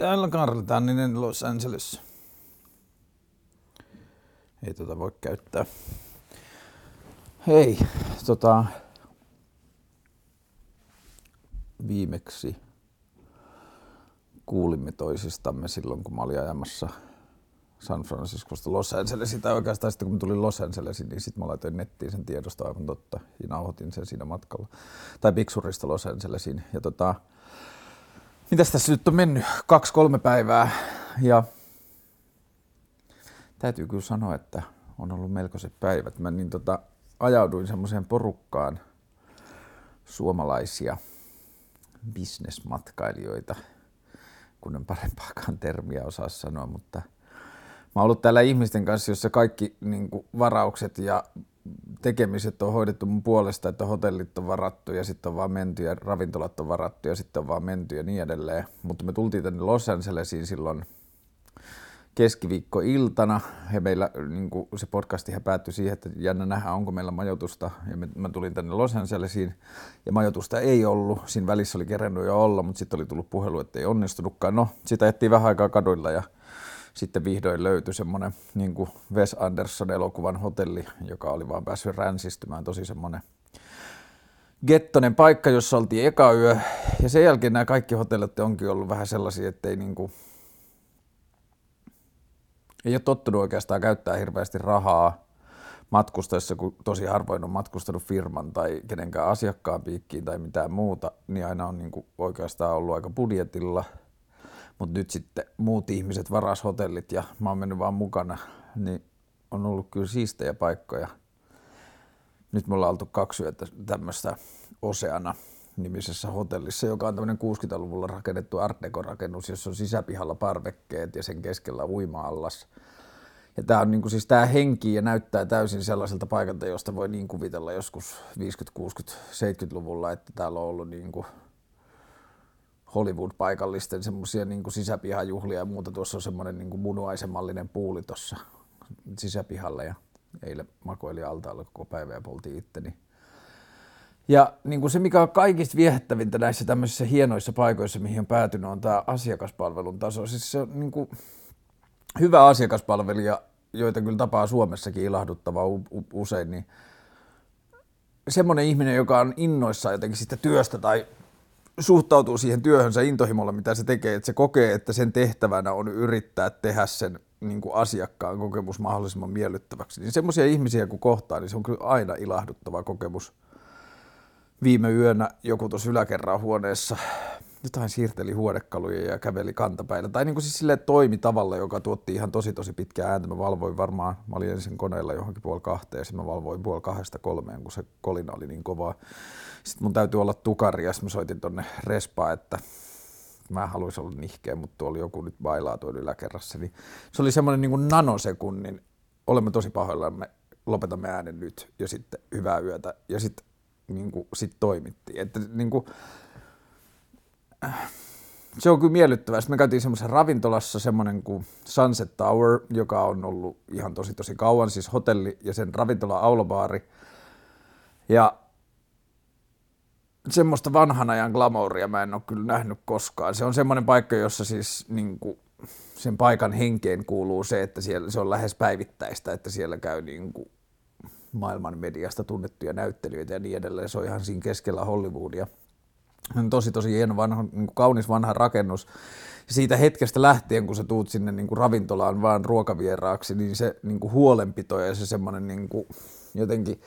Täällä Karli Tanninen Los Angeles. Ei voi käyttää. Hei, viimeksi kuulimme toisistamme silloin, kun mä olin ajamassa San Franciscosta Los Angelesiin, tai oikeastaan sitten kun mä tulin Los Angelesiin, niin sitten mä laitoin nettiin sen tiedosta aivan totta, ja nauhoitin sen siinä matkalla, tai Piksurista Los Angelesiin, ja mitäs tässä nyt on mennyt? 2-3 päivää, ja täytyy kyllä sanoa, että on ollut melkoiset päivät. Mä ajauduin semmoiseen porukkaan suomalaisia bisnesmatkailijoita, kun en parempaakaan termiä osaa sanoa, mutta mä oon ollut täällä ihmisten kanssa, jossa kaikki varaukset ja tekemiset on hoidettu mun puolesta, että hotellit on varattu ja sitten on vaan menty ja ravintolat on varattu ja sitten on vaan menty ja niin edelleen. Mutta me tultiin tänne Los Angelesiin silloin keskiviikkoiltana ja meillä se podcastihan päättyi siihen, että jännä nähdä, onko meillä majoitusta. Ja mä tulin tänne Los Angelesiin ja majoitusta ei ollut. Siinä välissä oli kerennyt jo olla, mutta sitten oli tullut puhelu, että ei onnistunutkaan. No, sitä jättiin vähän aikaa kaduilla ja sitten vihdoin löytyi semmoinen Wes Anderson-elokuvan hotelli, joka oli vaan päässyt ränsistymään. Tosi semmoinen gettonen paikka, jossa oltiin eka yö. Ja sen jälkeen nämä kaikki hotellit onkin ollut vähän sellaisia, että ei ole tottunut oikeastaan käyttää hirveästi rahaa matkustaessa, kun tosi harvoin on matkustanut firman tai kenenkään asiakkaan piikkiin tai mitään muuta, niin aina on oikeastaan ollut aika budjetilla. Mutta nyt sitten muut ihmiset varas hotellit ja mä oon mennyt vaan mukana, niin on ollut kyllä siistejä paikkoja. Nyt me ollaan oltu 2 yötä tämmöistä Oceana-nimisessä hotellissa, joka on tämmöinen 60-luvulla rakennettu Art Deco-rakennus, jossa on sisäpihalla parvekkeet ja sen keskellä uima-allas. Ja tää on siis tää henkii ja näyttää täysin sellaiselta paikalta, josta voi niin kuvitella joskus 50-, 60-, 70-luvulla, että täällä on ollut Hollywood-paikallisten semmoisia sisäpihajuhlia ja muuta. Tuossa on semmoinen munuaisemallinen puuli tuossa sisäpihalla ja eilen makoili altaalla koko päivä ja poltiin itteni. Ja se, mikä on kaikista viehättävintä näissä tämmöisissä hienoissa paikoissa, mihin on päätynyt, on tämä asiakaspalvelun taso. Siis se on hyvä asiakaspalvelija, joita kyllä tapaa Suomessakin ilahduttava usein, niin semmoinen ihminen, joka on innoissaan jotenkin sitä työstä tai suhtautuu siihen työhönsä intohimolla, mitä se tekee, että se kokee, että sen tehtävänä on yrittää tehdä sen asiakkaan kokemus mahdollisimman miellyttäväksi. Niin semmoisia ihmisiä kun kohtaa, niin se on kyllä aina ilahduttava kokemus. Viime yönä joku tuossa yläkerran huoneessa jotain siirteli huonekaluja ja käveli kantapäillä. Tai siis silleen toimi tavalla, joka tuotti ihan tosi pitkää ääntä. Mä valvoin varmaan, mä olin ensin koneella johonkin 1:30 ja sitten mä valvoin 2:30, kun se kolina oli niin kovaa. Sitten mun täytyy olla tukari ja sitten mä soitin tonne respaan, että mä haluaisin olla nihkeä, mutta tuolla joku nyt bailaa tuolla yläkerrassa. Niin se oli semmoinen nanosekunnin, olemme tosi pahoillamme, lopetamme äänen nyt ja sitten hyvää yötä ja sitten sit toimittiin. Että se on kyllä miellyttävää. Sitten me käytiin semmoisessa ravintolassa, semmoinen kuin Sunset Tower, joka on ollut ihan tosi kauan, siis hotelli ja sen ravintola-aulobaari. Ja semmoista vanhan ajan glamouria mä en ole kyllä nähnyt koskaan. Se on semmoinen paikka, jossa siis sen paikan henkeen kuuluu se, että siellä se on lähes päivittäistä, että siellä käy maailman mediasta tunnettuja näyttelijöitä ja niin edelleen. Se on ihan siinä keskellä Hollywoodia. On tosi hieno, kaunis vanha rakennus. Ja siitä hetkestä lähtien, kun sä tuut sinne ravintolaan vaan ruokavieraaksi, niin se huolenpito ja se semmoinen jotenkin.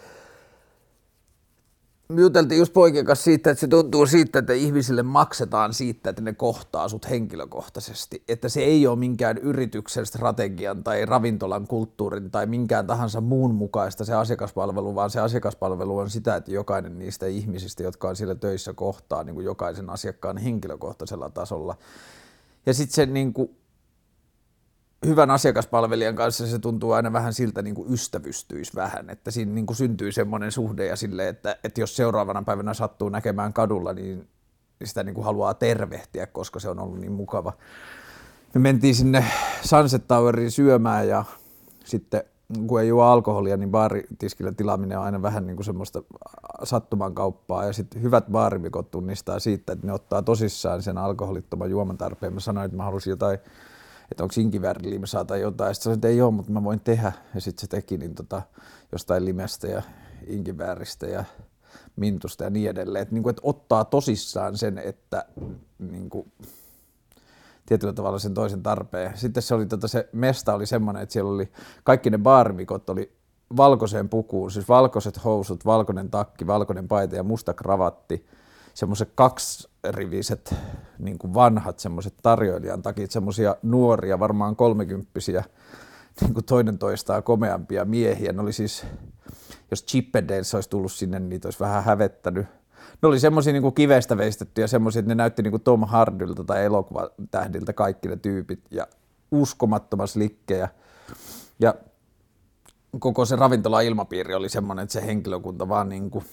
Me juteltiin just poikien kanssa siitä, että se tuntuu siitä, että ihmisille maksetaan siitä, että ne kohtaa sut henkilökohtaisesti. Että se ei ole minkään yrityksen strategian tai ravintolan kulttuurin tai minkään tahansa muun mukaista se asiakaspalvelu, vaan se asiakaspalvelu on sitä, että jokainen niistä ihmisistä, jotka on siellä töissä, kohtaa jokaisen asiakkaan henkilökohtaisella tasolla. Ja sitten se hyvän asiakaspalvelijan kanssa se tuntuu aina vähän siltä ystävystyisi vähän, että siinä syntyy semmoinen suhde ja silleen, että jos seuraavana päivänä sattuu näkemään kadulla, niin sitä haluaa tervehtiä, koska se on ollut niin mukava. Me mentiin sinne Sunset Toweriin syömään ja sitten kun ei juo alkoholia, niin baaritiskillä tilaaminen on aina vähän niin kuin semmoista sattuman kauppaa, ja sitten hyvät baarimikot tunnistaa siitä, että ne ottaa tosissaan sen alkoholittoman juomatarpeen. Mä sanoin, että mä halusin jotain, että onko inkiväärilimesaa tai jotain, ja sitten sanoin, että ei ole, mutta mä voin tehdä, ja sitten se teki niin jostain limestä ja inkivääristä ja mintusta ja niin edelleen, että, niin kuin, että ottaa tosissaan sen, että niin kuin, tietyllä tavalla sen toisen tarpeen. Sitten se oli se mesta oli semmoinen, että siellä oli kaikki ne baarimikot oli valkoiseen pukuun, siis valkoiset housut, valkoinen takki, valkoinen paita ja musta kravatti, semmoiset kaksiriviset niin kuin vanhat semmoiset tarjoilijan takit, semmoisia nuoria, varmaan 30-vuotiaita, niin kuin toinen toistaan komeampia miehiä. Ne oli siis, jos Chippendales olisi tullut sinne, niin niitä olisi vähän hävettänyt. Ne oli semmoisia niin kuin kivestä veistettyjä, semmoisia, että ne näytti niin kuin Tom Hardylta tai elokuvatähdiltä kaikki ne tyypit ja uskomattoman slikkejä. Ja koko se ravintola-ilmapiiri oli semmoinen, että se henkilökunta vaan niin kuin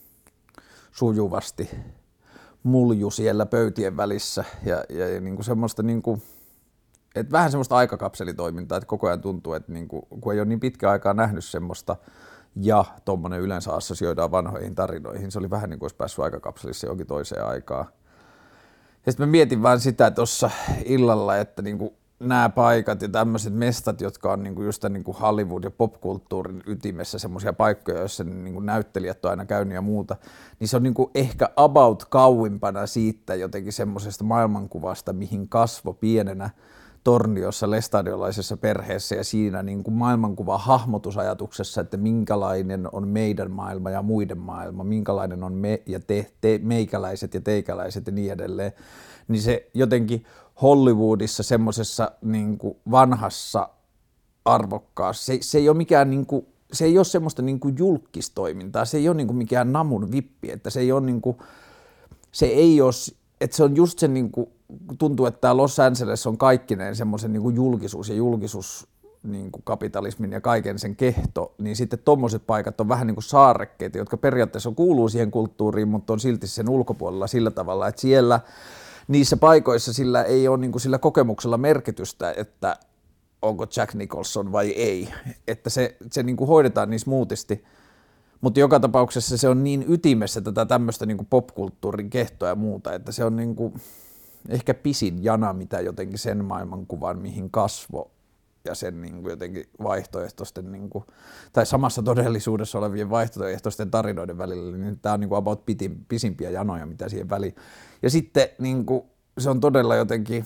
sujuvasti mulju siellä pöytien välissä ja niin kuin semmoista niin kuin, että vähän semmoista aikakapselitoimintaa, että koko ajan tuntuu, että niin kuin, kun ei ole niin pitkä aikaa nähnyt semmoista ja tuommoinen yleensä assosioidaan vanhoihin tarinoihin, se oli vähän niin kuin olisi päässyt aikakapselissa johonkin toiseen aikaan. Ja sitten mä mietin vaan sitä tuossa illalla, että niin kuin nämä paikat ja tämmöiset mestat, jotka on niin kuin just niin kuin Hollywood- ja popkulttuurin ytimessä semmoisia paikkoja, joissa niin kuin näyttelijät on aina käynyt ja muuta, niin se on niin kuin ehkä about kauimpana siitä jotenkin semmoisesta maailmankuvasta, mihin kasvo pienenä Torniossa lestadiolaisessa perheessä ja siinä niin kuin maailmankuva hahmotusajatuksessa, että minkälainen on meidän maailma ja muiden maailma, minkälainen on me ja meikäläiset ja teikäläiset ja niin edelleen, niin se jotenkin Hollywoodissa semmoisessa niin kuin vanhassa arvokkaassa, se ei ole mikään niin kuin, se ei ole semmoista niin kuin julkistoimintaa, se ei ole niin kuin mikään namun vippi, että se ei ole niin kuin, se ei ole, että se on just se niin kuin, tuntuu, että tämä Los Angeles on kaikkineen semmoisen niin kuin julkisuus ja niin kuin kapitalismin ja kaiken sen kehto, niin sitten tommoset paikat on vähän niin kuin saarekkeita, jotka periaatteessa kuuluu siihen kulttuuriin, mutta on silti sen ulkopuolella sillä tavalla, että siellä niissä paikoissa sillä ei ole niin kuin sillä kokemuksella merkitystä, että onko Jack Nicholson vai ei, että se niin kuin hoidetaan niin smoothisti, mutta joka tapauksessa se on niin ytimessä tätä tämmöistä niin kuin popkulttuurin kehtoa ja muuta, että se on niin kuin ehkä pisin jana, mitä jotenkin sen maailmankuvan, mihin kasvo ja sen niin kuin jotenkin vaihtoehtoisten, niin kuin, tai samassa todellisuudessa olevien vaihtoehtoisten tarinoiden välillä, niin tämä on niin kuin about pisimpiä janoja, mitä siihen väliin. Ja sitten niin kuin, se on todella jotenkin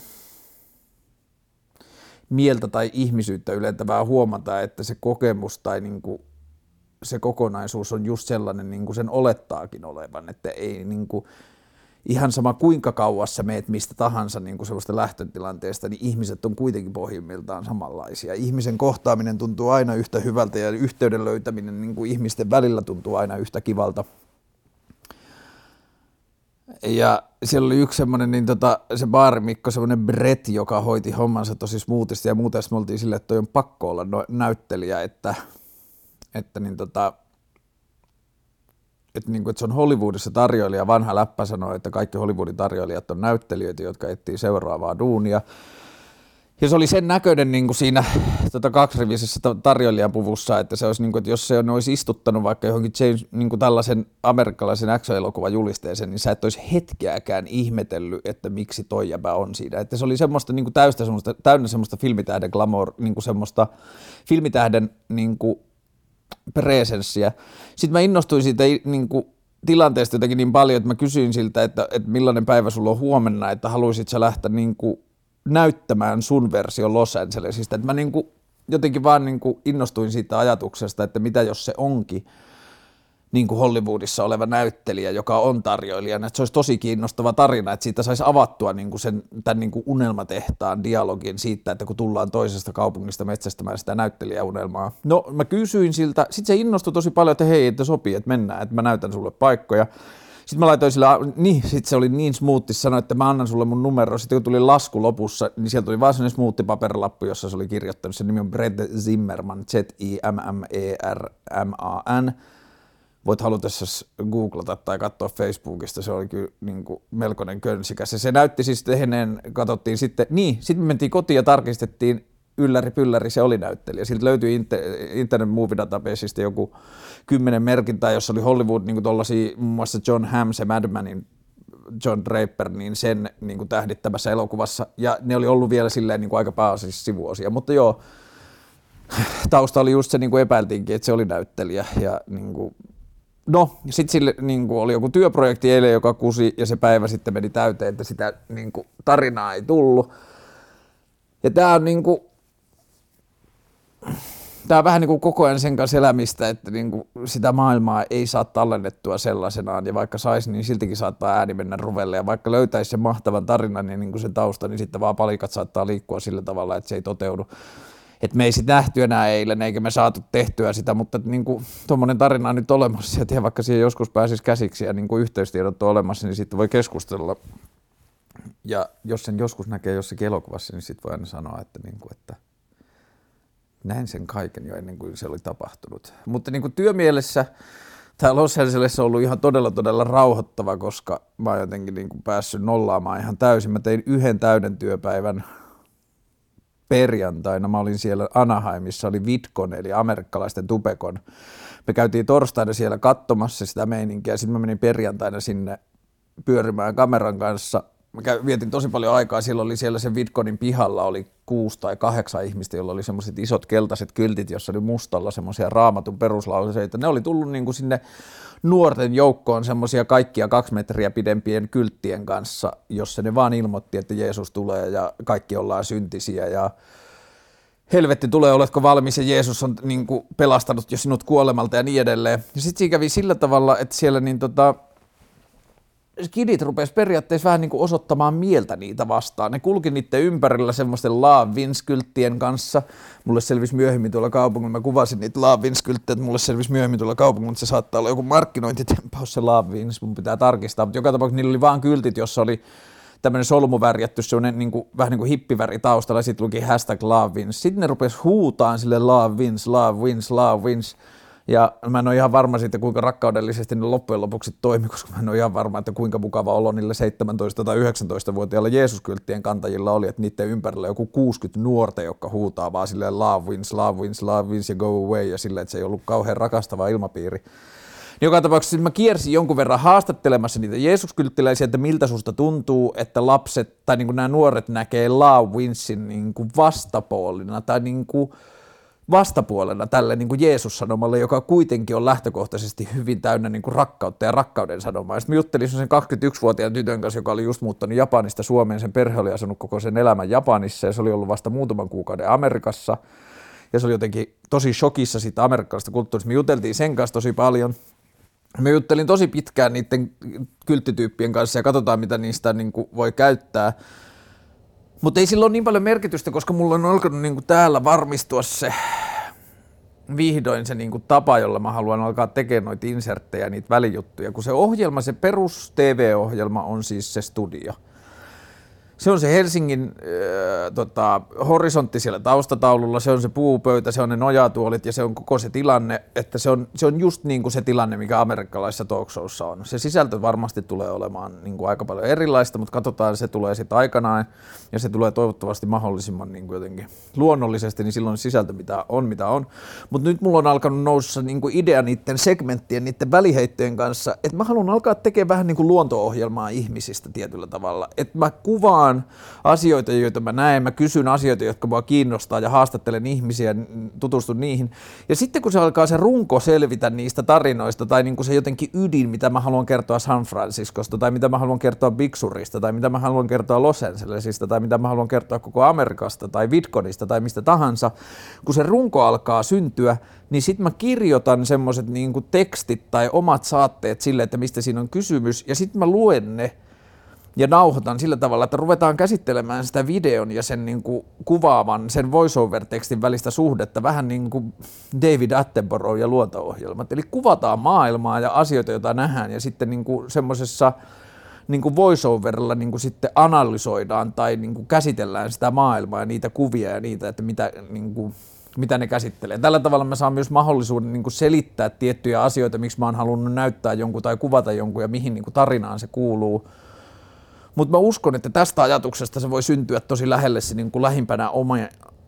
mieltä tai ihmisyyttä ylentävää huomata, että se kokemus tai niin kuin, se kokonaisuus on just sellainen, niin kuin sen olettaakin olevan, että ei niin kuin, ihan sama kuinka kauas sä meet mistä tahansa niin kuin sellaista lähtötilanteesta, niin ihmiset on kuitenkin pohjimmiltaan samanlaisia. Ihmisen kohtaaminen tuntuu aina yhtä hyvältä ja yhteyden löytäminen niin kuin ihmisten välillä tuntuu aina yhtä kivalta. Ja siellä oli yksi semmoinen, niin se baarimikko, semmoinen Brett, joka hoiti hommansa tosi smoothisti ja muuten me oltiin silleen, että toi on pakko olla näyttelijä, että se on Hollywoodissa tarjoilija, vanha läppä sanoo, että kaikki Hollywoodin tarjoilijat on näyttelijöitä, jotka etsii seuraavaa duunia. Ja se oli sen näköinen niin kuin siinä kaksirivisessä tarjoilijan puvussa, että se olisi, niin kuin, että jos se olisi istuttanut vaikka johonkin James, niin kuin tällaisen amerikkalaisen action-elokuvan julisteeseen, niin sä et olisi hetkeäkään ihmetellyt, että miksi toi jäbä on siinä. Että se oli semmoista niin kuin täynnä semmoista filmitähden glamour, niin kuin semmoista filmitähden niin kuin presenssiä. Sitten mä innostuin siitä niin kuin tilanteesta jotenkin niin paljon, että mä kysyin siltä, että millainen päivä sulla on huomenna, että haluaisit sä lähteä niin kuin näyttämään sun versio Los Angelesista. Että mä niin kuin jotenkin vaan niin kuin innostuin siitä ajatuksesta, että mitä jos se onkin niin kuin Hollywoodissa oleva näyttelijä, joka on tarjoilijana. Että se olisi tosi kiinnostava tarina, että siitä saisi avattua niin kuin tämän niin kuin unelmatehtaan dialogin siitä, että kun tullaan toisesta kaupungista metsästämään sitä näyttelijäunelmaa. No mä kysyin siltä, sitten se innostui tosi paljon, että hei, että sopii, että mennään, että mä näytän sulle paikkoja. Sitten mä laitoin sille, sitten se oli niin smoothis, sanoi, että mä annan sulle mun numero. Sitten kun tuli lasku lopussa, niin sieltä tuli vaan sellainen smoothie-paperilappu, jossa se oli kirjoittanut, se nimi on Brett Zimmerman, Zimmerman. Voit halutessasi googlata tai katsoa Facebookista, se oli kyllä niin kuin melkoinen könsikäs. Ja se näytti siis tehneen, katsottiin sitten, sitten me mentiin kotiin ja tarkistettiin ylläri pylläri se oli näyttelijä. Siltä löytyi Internet Movie Databaseista joku 10 merkintää, jossa oli Hollywood niin tollaisia, muun muassa John Hamm, se Mad Menin John Draper, niin sen niin tähdittämässä elokuvassa, ja ne oli ollut vielä silleen niin aika pääasiassa sivuosia, mutta joo, tausta oli just se, niin kuin epäiltiinkin, että se oli näyttelijä, ja niin kuin, no, sitten sille niin kuin oli joku työprojekti eilen, joka kusi, ja se päivä sitten meni täyteen, että sitä niin kuin, tarinaa ei tullut, ja tämä on niin kuin, tämä on vähän niin kuin koko ajan sen kanssa elämistä, että niin kuin sitä maailmaa ei saa tallennettua sellaisenaan, ja vaikka saisi, niin siltikin saattaa ääni mennä ruvelle, ja vaikka löytäisi sen mahtavan tarinan ja niin kuin sen tausta, niin sitten vaan palikat saattaa liikkua sillä tavalla, että se ei toteudu. Että me ei sitä nähty enää eilen, eikä me saatu tehtyä sitä, mutta niin kuin tuommoinen tarina on nyt olemassa, ja tiedä, vaikka siihen joskus pääsisi käsiksi ja niin kuin yhteystiedot on olemassa, niin sitten voi keskustella. Ja jos sen joskus näkee jossakin elokuvassa, niin sitten voi aina sanoa, että, niin kuin, että näin sen kaiken jo ennen kuin se oli tapahtunut. Mutta niin kuin työmielessä tämä Los Angeles on ollut ihan todella rauhoittava, koska mä oon jotenkin niin kuin päässyt nollaamaan ihan täysin. Mä tein yhden täyden työpäivän perjantaina. Mä olin siellä Anaheimissa, oli VidCon eli amerikkalaisten Tupekon. Me käytiin torstaina siellä katsomassa sitä meininkiä, sitten mä menin perjantaina sinne pyörimään kameran kanssa. Mä vietin tosi paljon aikaa, silloin oli siellä sen VidConin pihalla, oli 6 tai 8 ihmistä, joilla oli semmoiset isot keltaiset kyltit, jossa oli mustalla semmoisia Raamatun peruslauseita. Ne oli tullut niin kuin sinne nuorten joukkoon semmoisia kaikkia 2 metriä pidempien kylttien kanssa, jossa ne vaan ilmoitti, että Jeesus tulee ja kaikki ollaan syntisiä ja helvetti tulee, oletko valmis ja Jeesus on niin kuin pelastanut jo sinut kuolemalta ja niin edelleen. Ja sitten siinä kävi sillä tavalla, että siellä niin skidit rupesi periaatteessa vähän niin kuin osoittamaan mieltä niitä vastaan. Ne kulki niiden ympärillä semmoisten Love Wins-kylttien kanssa. Mulle selvisi myöhemmin tuolla kaupungilla, mä kuvasin niitä Love Wins-kylttejä, että mulle selvisi myöhemmin tuolla kaupungilla, että se saattaa olla joku markkinointitempaus se Love Wins, mun pitää tarkistaa. Mutta joka tapauksessa niillä oli vaan kyltit, jossa oli tämmöinen solmuvärjätty, semmoinen niin kuin, vähän niin kuin hippiväri taustalla, ja sitten luki hashtag Love Wins. Sitten ne rupesi huutaan sille Love Wins, Love Wins, Love Wins. Ja mä en ole ihan varma siitä, kuinka rakkaudellisesti ne loppujen lopuksi toimi, koska mä en ole ihan varma, että kuinka mukava olo niille 17- tai 19-vuotiailla Jeesus-kylttien kantajilla oli, että niiden ympärillä joku 60 nuorta, jotka huutaa vaan silleen love wins, love wins, love wins ja go away, ja silleen, että se ei ollut kauhean rakastava ilmapiiri. Joka tapauksessa mä kiersin jonkun verran haastattelemassa niitä Jeesus-kylttiläisiä, että miltä susta tuntuu, että lapset tai niin kuin nämä nuoret näkee love winsin niin kuin vastapuolina tai niin kuin vastapuolena tälle niin kuin Jeesus-sanomalle, joka kuitenkin on lähtökohtaisesti hyvin täynnä niin kuin rakkautta ja rakkauden sanomaa. Sitten mä juttelin sen 21-vuotiaan tytön kanssa, joka oli just muuttanut Japanista Suomeen. Sen perhe oli asunut koko sen elämän Japanissa ja se oli ollut vasta muutaman kuukauden Amerikassa. Ja se oli jotenkin tosi shokissa siitä amerikkalaisesta kulttuurista. Me juteltiin sen kanssa tosi paljon. Me juttelin tosi pitkään niiden kylttityyppien kanssa ja katsotaan, mitä niistä niin kuin voi käyttää. Mutta ei sillä ole niin paljon merkitystä, koska mulla on alkanut niinku täällä varmistua se vihdoin se niinku tapa, jolla mä haluan alkaa tekemään noita inserttejä, niitä välijuttuja. Kun se ohjelma, se perus TV-ohjelma on siis se studio. Se on se Helsingin horisontti siellä taustataululla, se on se puupöytä, se on ne nojatuolit ja se on koko se tilanne, että se on just niin kuin se tilanne, mikä amerikkalaisessa talkshowssa on. Se sisältö varmasti tulee olemaan niin kuin aika paljon erilaista, mutta katsotaan, se tulee sitten aikanaan ja se tulee toivottavasti mahdollisimman niin kuin jotenkin luonnollisesti, niin silloin sisältö mitä on. Mutta nyt mulla on alkanut noussa niin kuin idea niiden segmenttien, niiden väliheittojen kanssa, että mä haluan alkaa tekemään vähän niin kuin luonto-ohjelmaa ihmisistä tietyllä tavalla, että mä kuvaan asioita, joita mä näen, mä kysyn asioita, jotka mua kiinnostaa ja haastattelen ihmisiä, tutustun niihin. Ja sitten kun se alkaa se runko selvitä niistä tarinoista tai niin kuin se jotenkin ydin, mitä mä haluan kertoa San Franciscosta tai mitä mä haluan kertoa Big Surista tai mitä mä haluan kertoa Los Angelesista tai mitä mä haluan kertoa koko Amerikasta tai VidConista tai mistä tahansa, kun se runko alkaa syntyä, niin sitten mä kirjoitan semmoiset niin kuin tekstit tai omat saatteet sille, että mistä siinä on kysymys ja sitten mä luen ne ja nauhoitan sillä tavalla, että ruvetaan käsittelemään sitä videon ja sen niin kuin kuvaavan, sen voiceover-tekstin välistä suhdetta, vähän niin kuin David Attenborough ja luonto-ohjelmat. Eli kuvataan maailmaa ja asioita, joita nähdään, ja sitten niin kuin semmoisessa niin kuin voiceoverilla niin kuin sitten analysoidaan tai niin kuin käsitellään sitä maailmaa ja niitä kuvia ja niitä, että mitä ne käsittelee. Tällä tavalla mä saan myös mahdollisuuden niin kuin selittää tiettyjä asioita, miksi mä oon halunnut näyttää jonkun tai kuvata jonkun ja mihin niin kuin tarinaan se kuuluu. Mutta mä uskon, että tästä ajatuksesta se voi syntyä tosi lähelle se niin kuin lähimpänä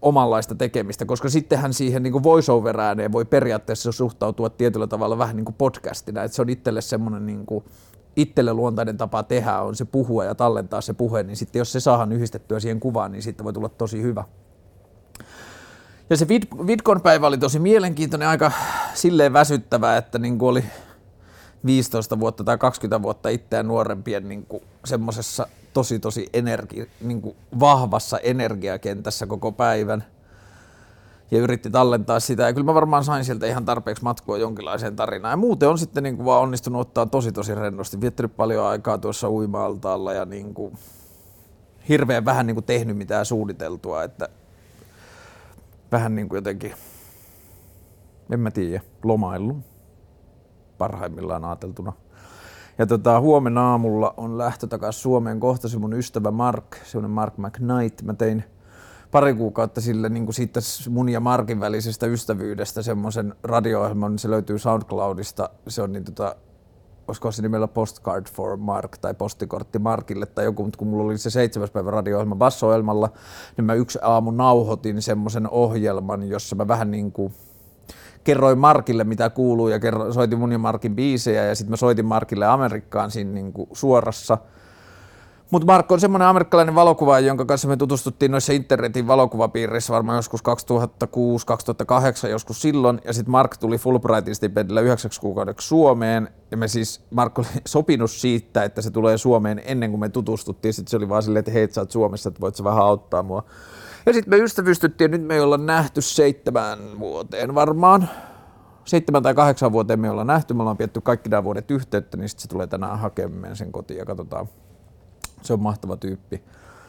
omanlaista tekemistä, koska sittenhän siihen niin kuin voice-over-ääneen voi periaatteessa suhtautua tietyllä tavalla vähän niin kuin podcastina, että se on itselle semmoinen niin kuin itselle luontainen tapa tehdä on se puhua ja tallentaa se puhe, niin sitten jos se saadaan yhdistettyä siihen kuvaan, niin siitä voi tulla tosi hyvä. Ja se VidCon-päivä oli tosi mielenkiintoinen, aika silleen väsyttävä, että niin kuin oli 15 vuotta tai 20 vuotta itseään nuorempien niin kuin semmoisessa tosi niin kuin vahvassa energiakentässä koko päivän ja yritti tallentaa sitä. Ja kyllä mä varmaan sain sieltä ihan tarpeeksi matkua jonkinlaiseen tarinaan. Ja muuten on sitten niin kuin vaan onnistunut ottaa tosi rennosti. Viettänyt paljon aikaa tuossa uima-altaalla ja niin kuin hirveän vähän niin kuin tehnyt mitään suunniteltua. Että vähän niin kuin jotenkin, en mä tiedä, lomaillut parhaimmillaan ajateltuna. Ja huomenna aamulla on lähtö takaisin Suomeen. Kohtasi mun ystävä Mark, semmoinen Mark McKnight. Mä tein pari kuukautta sille niin kuin siitä mun ja Markin välisestä ystävyydestä semmoisen radio-ohjelman, se löytyy SoundCloudista. Se on niin olisiko se nimellä Postcard for Mark tai postikortti Markille tai joku, mutta kun mulla oli se 7. päivä radio-ohjelma Basso-ohjelmalla, niin mä yksi aamu nauhoitin semmoisen ohjelman, jossa mä vähän niin kuin kerroin Markille, mitä kuuluu, ja soitin mun ja Markin biisejä, ja sitten mä soitin Markille Amerikkaan siinä niin kuin suorassa. Mutta Mark on semmoinen amerikkalainen valokuvaaja, jonka kanssa me tutustuttiin noissa internetin valokuvapiirissä varmaan joskus 2006-2008 joskus silloin, ja sitten Mark tuli Fulbrightin stipendillä 9 kuukaudeksi Suomeen, ja me siis, Mark oli sopinut siitä, että se tulee Suomeen ennen kuin me tutustuttiin, sitten se oli vaan silleen, että hei, sä oot Suomessa, että voit sä vähän auttaa mua. Ja sitten me ystävystyttiin, ja nyt me ei olla nähty 7 vuoteen varmaan. 7 tai 8 vuoteen me ollaan nähty, me ollaan pietty kaikki nämä vuodet yhteyttä, niin sitten se tulee tänään hakemaan sen kotiin ja katsotaan. Se on mahtava tyyppi.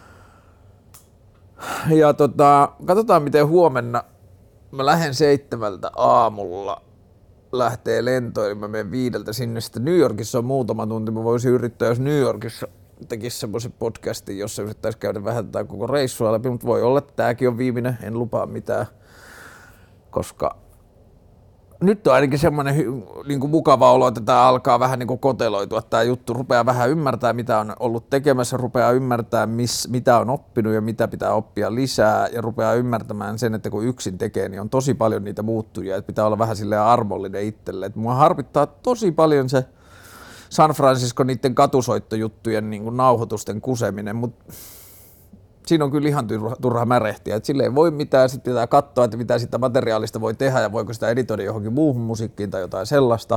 Ja katsotaan miten huomenna. Mä lähden 7 aamulla. Lähtee lentoon, niin mä menen 5 sinne. Sitten New Yorkissa on muutama tunti. Mä voisin yrittää, jos New Yorkissa tekisi semmoisen podcastin, jossa yrittäisi käydä vähän tätä koko reissua läpi. Mutta voi olla, että tääkin on viimeinen. En lupaa mitään, koska nyt on ainakin semmoinen niin kuin mukava olo, että tämä alkaa vähän niin kuin koteloitua. Tämä juttu rupeaa vähän ymmärtää, mitä on ollut tekemässä, rupeaa ymmärtää, mitä on oppinut ja mitä pitää oppia lisää, ja rupeaa ymmärtämään sen, että kun yksin tekee, niin on tosi paljon niitä muuttujia, että pitää olla vähän silleen armollinen itselle. Että mua harvittaa tosi paljon se San Francisco niiden katusoittojuttujen niin kuin nauhoitusten kuseminen, mutta siinä on kyllä ihan turha märehtiä, että sille ei voi mitään, sitten pitää katsoa, että mitä sitä materiaalista voi tehdä ja voiko sitä editoida johonkin muuhun musiikkiin tai jotain sellaista.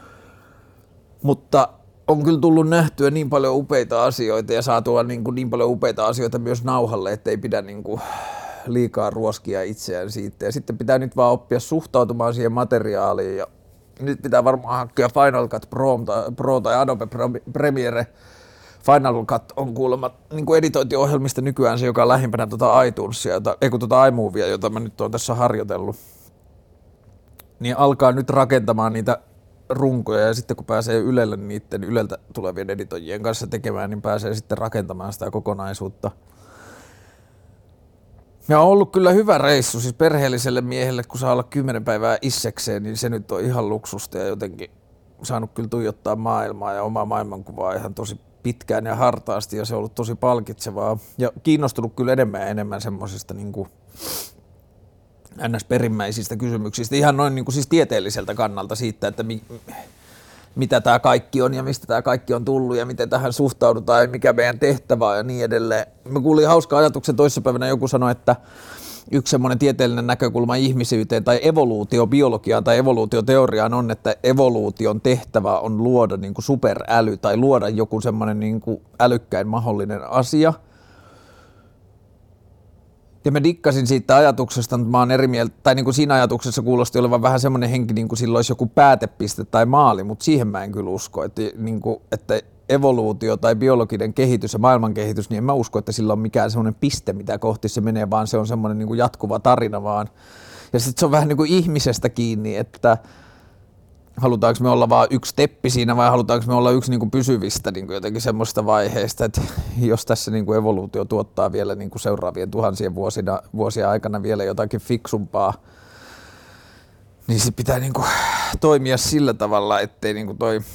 Mutta on kyllä tullut nähtyä niin paljon upeita asioita ja saatua niin paljon upeita asioita myös nauhalle, että ei pidä niin kuin liikaa ruoskia itseään siitä. Ja sitten pitää nyt vaan oppia suhtautumaan siihen materiaaliin, ja nyt pitää varmaan hankkia Final Cut Pro tai Adobe Premiere. Final Cut on kuulemma niin kuin editointiohjelmista nykyään se, joka on lähimpänä iTunesia, iMovia, jota mä nyt oon tässä harjoitellut. Niin alkaa nyt rakentamaan niitä runkoja, ja sitten kun pääsee Ylelle niiden Yleltä tulevien editoijien kanssa tekemään, niin pääsee sitten rakentamaan sitä kokonaisuutta. Ja on ollut kyllä hyvä reissu, siis perheelliselle miehelle, kun saa olla 10 päivää issekseen, niin se nyt on ihan luksusta ja jotenkin saanut kyllä tuijottaa maailmaa ja omaa maailmankuvaa ihan tosi pitkään ja hartaasti, ja se on ollut tosi palkitsevaa ja kiinnostunut kyllä enemmän ja enemmän semmoisista niin kuin ns-perimmäisistä kysymyksistä, ihan noin niin kuin siis tieteelliseltä kannalta siitä, että mitä tämä kaikki on ja mistä tämä kaikki on tullut ja miten tähän suhtaudutaan ja mikä meidän tehtävä on ja niin edelleen. Mä kuulin hauskaa ajatuksen toissapäivänä, joku sanoi, että yksi semmoinen tieteellinen näkökulma ihmisyyteen tai evoluutiobiologiaan tai evoluutioteoriaan on, että evoluution tehtävä on luoda niin kuin superäly tai luoda joku semmoinen niin kuin älykkäin mahdollinen asia. Ja mä dikkasin siitä ajatuksesta, mutta mä oon eri mieltä, tai niin kuin siinä ajatuksessa kuulosti olevan vähän semmoinen henki, niin kuin sillä olisi joku päätepiste tai maali, mutta siihen mä en kyllä usko, että, niin kuin, että evoluutio tai biologinen kehitys ja maailmankehitys, niin en mä usko, että sillä on mikään semmoinen piste, mitä kohti se menee, vaan se on semmoinen niin kuin jatkuva tarina vaan. Ja sitten se on vähän niin kuin ihmisestä kiinni, että halutaanko me olla vaan yksi steppi siinä vai halutaanko me olla yksi niin kuin pysyvistä niin kuin jotenkin semmoista vaiheista, että jos tässä niin kuin evoluutio tuottaa vielä niin kuin seuraavien tuhansien vuosien aikana vielä jotakin fiksumpaa, niin se pitää niin kuin toimia sillä tavalla, ettei niin kuin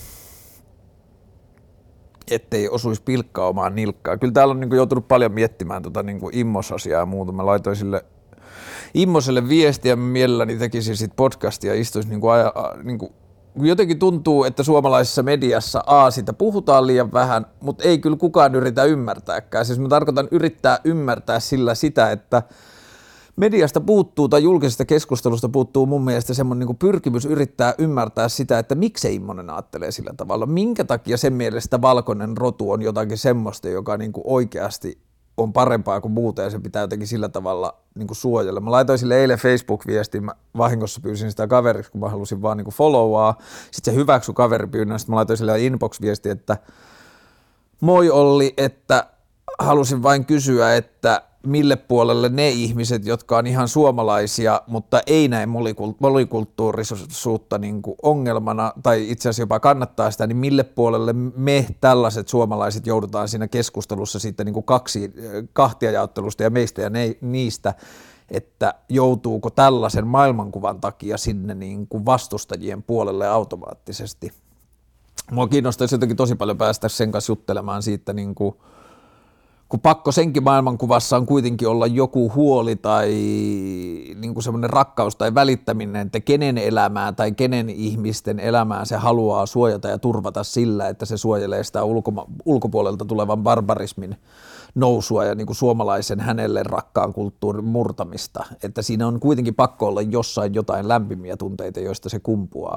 ettei osuisi pilkkaa omaan nilkkaan. Kyllä täällä on niin kuin joutunut paljon miettimään niin kuin immosasiaa ja muuta. Mä laitoin sille Immoselle viestiä, mä mielelläni tekisin sit podcastia ja istuisin niinku jotenkin tuntuu, että suomalaisessa mediassa sitä puhutaan liian vähän, mutta ei kyllä kukaan yritä ymmärtääkään. Siis mä tarkoitan yrittää ymmärtää sillä sitä, että mediasta puuttuu tai julkisesta keskustelusta puuttuu mun mielestä semmoinen niin kuin pyrkimys yrittää ymmärtää sitä, että miksi Immonen ajattelee sillä tavalla. Minkä takia sen mielestä valkoinen rotu on jotakin semmoista, joka niin kuin oikeasti on parempaa kuin muuta ja se pitää jotenkin sillä tavalla niin kuin suojella. Mä laitoin sille eilen Facebook-viestin, mä vahingossa pyysin sitä kaveriksi, kun mä halusin vaan niin kuin followaa. Sitten se hyväksyi kaveripyynnön, sitten mä laitoin sille inbox-viesti, että moi Olli, että halusin vain kysyä, että mille puolelle ne ihmiset, jotka on ihan suomalaisia, mutta ei näe monikulttuurisuutta niin kuin ongelmana, tai itse asiassa jopa kannattaa sitä, niin mille puolelle me tällaiset suomalaiset joudutaan siinä keskustelussa sitten niin kuin kahtiajaottelusta ja meistä ja niistä, että joutuuko tällaisen maailmankuvan takia sinne niin kuin vastustajien puolelle automaattisesti. Mua kiinnostaisi jotenkin tosi paljon päästä sen kanssa juttelemaan siitä, niin kuin kun pakko senkin maailmankuvassa on kuitenkin olla joku huoli tai niin kuin semmoinen rakkaus tai välittäminen, että kenen elämää tai kenen ihmisten elämää se haluaa suojata ja turvata sillä, että se suojelee sitä ulkopuolelta tulevan barbarismin nousua ja niin kuin suomalaisen hänelle rakkaan kulttuurin murtamista, että siinä on kuitenkin pakko olla jossain jotain lämpimiä tunteita, joista se kumpuaa.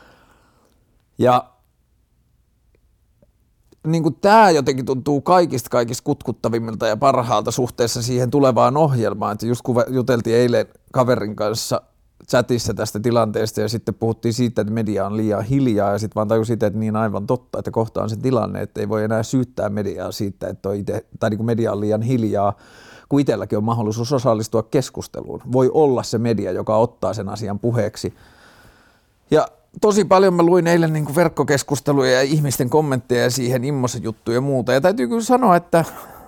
Ja niin kuin tämä jotenkin tuntuu kaikista kutkuttavimmilta ja parhaalta suhteessa siihen tulevaan ohjelmaan, että just kun juteltiin eilen kaverin kanssa chatissa tästä tilanteesta ja sitten puhuttiin siitä, että media on liian hiljaa ja sitten vaan tajusin siitä, että niin aivan totta, että kohta on se tilanne, että ei voi enää syyttää mediaa siitä, että niin kuin media on liian hiljaa, kun itselläkin on mahdollisuus osallistua keskusteluun. Voi olla se media, joka ottaa sen asian puheeksi. Ja tosi paljon mä luin eilen niin kuin verkkokeskusteluja ja ihmisten kommentteja siihen Immosen juttuun ja muuta. Ja täytyy kyllä sanoa, että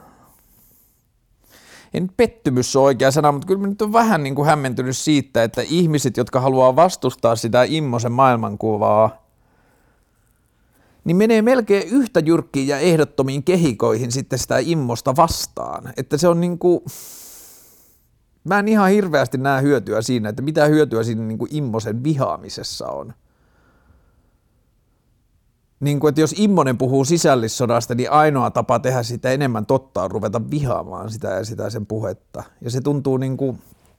en pettymys ole oikea sana, mutta kyllä mä nyt on vähän niin kuin hämmentynyt siitä, että ihmiset, jotka haluaa vastustaa sitä Immosen maailmankuvaa, niin menee melkein yhtä jyrkkiin ja ehdottomiin kehikoihin sitten sitä Immosta vastaan. Että se on niin kuin mä en ihan hirveästi näe hyötyä siinä, että mitä hyötyä siinä niin kuin Immosen vihaamisessa on. Niin kuin, että jos Immonen puhuu sisällissodasta, niin ainoa tapa tehdä sitä enemmän totta on ruveta vihaamaan sitä ja sitä sen puhetta. Ja se tuntuu niin kuin,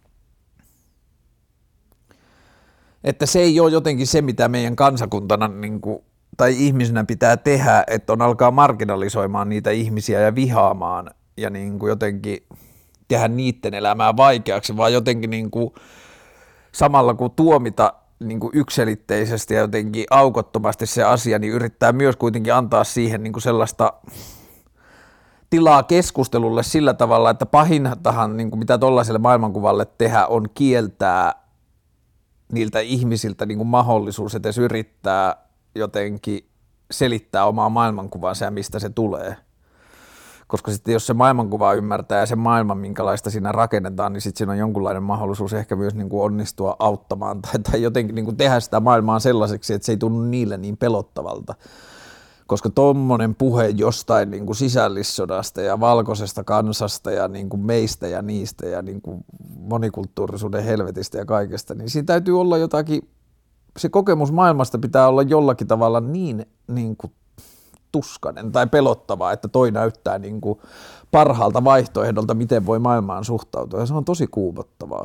että se ei ole jotenkin se, mitä meidän kansakuntana niin kuin, tai ihmisenä pitää tehdä, että on alkaa marginalisoimaan niitä ihmisiä ja vihaamaan ja niin kuin jotenkin tehdä niiden elämää vaikeaksi, vaan jotenkin niin kuin samalla kun tuomita niin kuin yksiselitteisesti ja jotenkin aukottomasti se asia, niin yrittää myös kuitenkin antaa siihen niin kuin sellaista tilaa keskustelulle sillä tavalla, että pahintahan, niin kuin mitä tollaiselle maailmankuvalle tehdä, on kieltää niiltä ihmisiltä niin kuin mahdollisuus edes yrittää jotenkin selittää omaa maailmankuvansa ja mistä se tulee. Koska sitten jos se maailmankuva ymmärtää ja se maailman, minkälaista siinä rakennetaan, niin sitten siinä on jonkunlainen mahdollisuus ehkä myös niin kuin onnistua auttamaan tai jotenkin niin kuin tehdä sitä maailmaa sellaiseksi, että se ei tunnu niille niin pelottavalta. Koska tommonen puhe jostain niin kuin sisällissodasta ja valkoisesta kansasta ja niin kuin meistä ja niistä ja niin kuin monikulttuurisuuden helvetistä ja kaikesta, niin siinä täytyy olla jotakin, se kokemus maailmasta pitää olla jollakin tavalla niin kuin tuskainen tai pelottavaa, että toi näyttää niin kuin parhaalta vaihtoehdolta, miten voi maailmaan suhtautua, ja se on tosi kuumottavaa.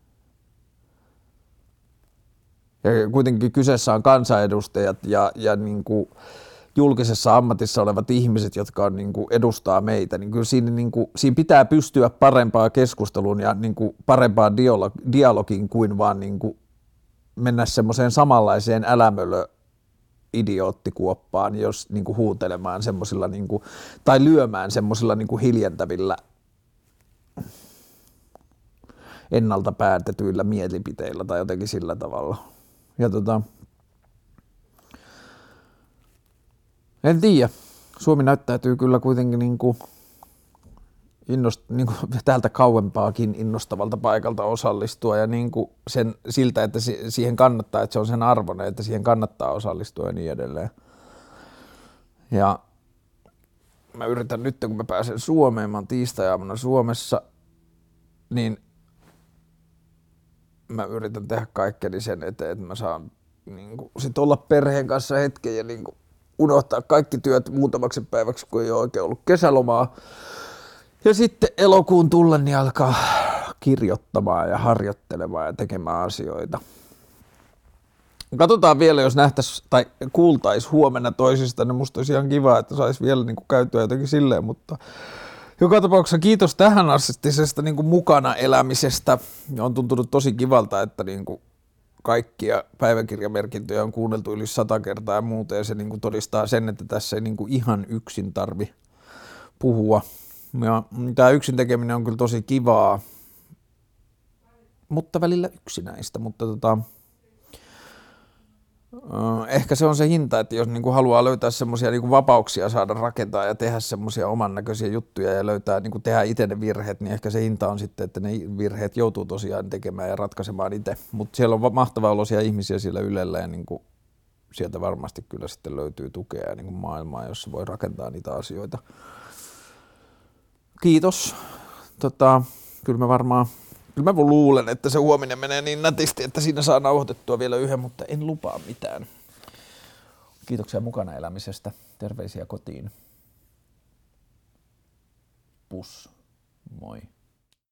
Ja kuitenkin kyseessä on kansanedustajat ja niin kuin julkisessa ammatissa olevat ihmiset, jotka on, niin kuin edustaa meitä, niin kyllä siinä pitää pystyä parempaan keskusteluun ja niin kuin parempaan dialogiin kuin vaan niin kuin mennä semmoiseen samanlaiseen idioottikuoppaan, jos niin kuin huutelemaan semmoisilla niin kuin, tai lyömään semmoisilla niin kuin hiljentävillä ennalta päätetyillä mielipiteillä tai jotenkin sillä tavalla. Ja en tiedä. Suomi näyttäytyy kyllä kuitenkin niin kuin täältä kauempaakin innostavalta paikalta osallistua ja niin kuin siltä, että siihen kannattaa, että se on sen arvoinen, että siihen kannattaa osallistua ja niin edelleen. Ja mä yritän nyt, kun mä pääsen Suomeen, mä oon tiistai-aamuna Suomessa, niin mä yritän tehdä kaikkeni sen eteen, että mä saan niin sit olla perheen kanssa hetken ja niin unohtaa kaikki työt muutamaksi päiväksi, kun ei ole oikein ollut kesälomaa. Ja sitten elokuun tullen niin alkaa kirjoittamaan ja harjoittelemaan ja tekemään asioita. Katsotaan vielä, jos nähtäisiin tai kuultaisiin huomenna toisista, niin musta olisi ihan kiva, että saisi vielä niin kuin käytyä jotenkin silleen, mutta joka tapauksessa kiitos tähän astisesta niin kuin mukana elämisestä. On tuntunut tosi kivalta, että niin kuin kaikkia päiväkirjamerkintöjä on kuunneltu yli 100 kertaa ja muuta, ja se niin kuin todistaa sen, että tässä ei niin kuin ihan yksin tarvi puhua. Ja tämä yksin tekeminen on kyllä tosi kivaa, mutta välillä yksinäistä, mutta ehkä se on se hinta, että jos niinku haluaa löytää semmoisia niinku vapauksia saada rakentaa ja tehdä semmoisia oman näköisiä juttuja ja löytää niinku tehdä itse ne virheet, niin ehkä se hinta on sitten, että ne virheet joutuu tosiaan tekemään ja ratkaisemaan itse. Mutta siellä on mahtavaa olosia ihmisiä siellä Ylellä ja niinku sieltä varmasti kyllä sitten löytyy tukea ja niinku maailmaa, jossa voi rakentaa niitä asioita. Kiitos. Kyllä mä luulen, että se huominen menee niin nätisti, että siinä saa nauhoitettua vielä yhden, mutta en lupaa mitään. Kiitoksia mukana elämisestä. Terveisiä kotiin. Pus. Moi.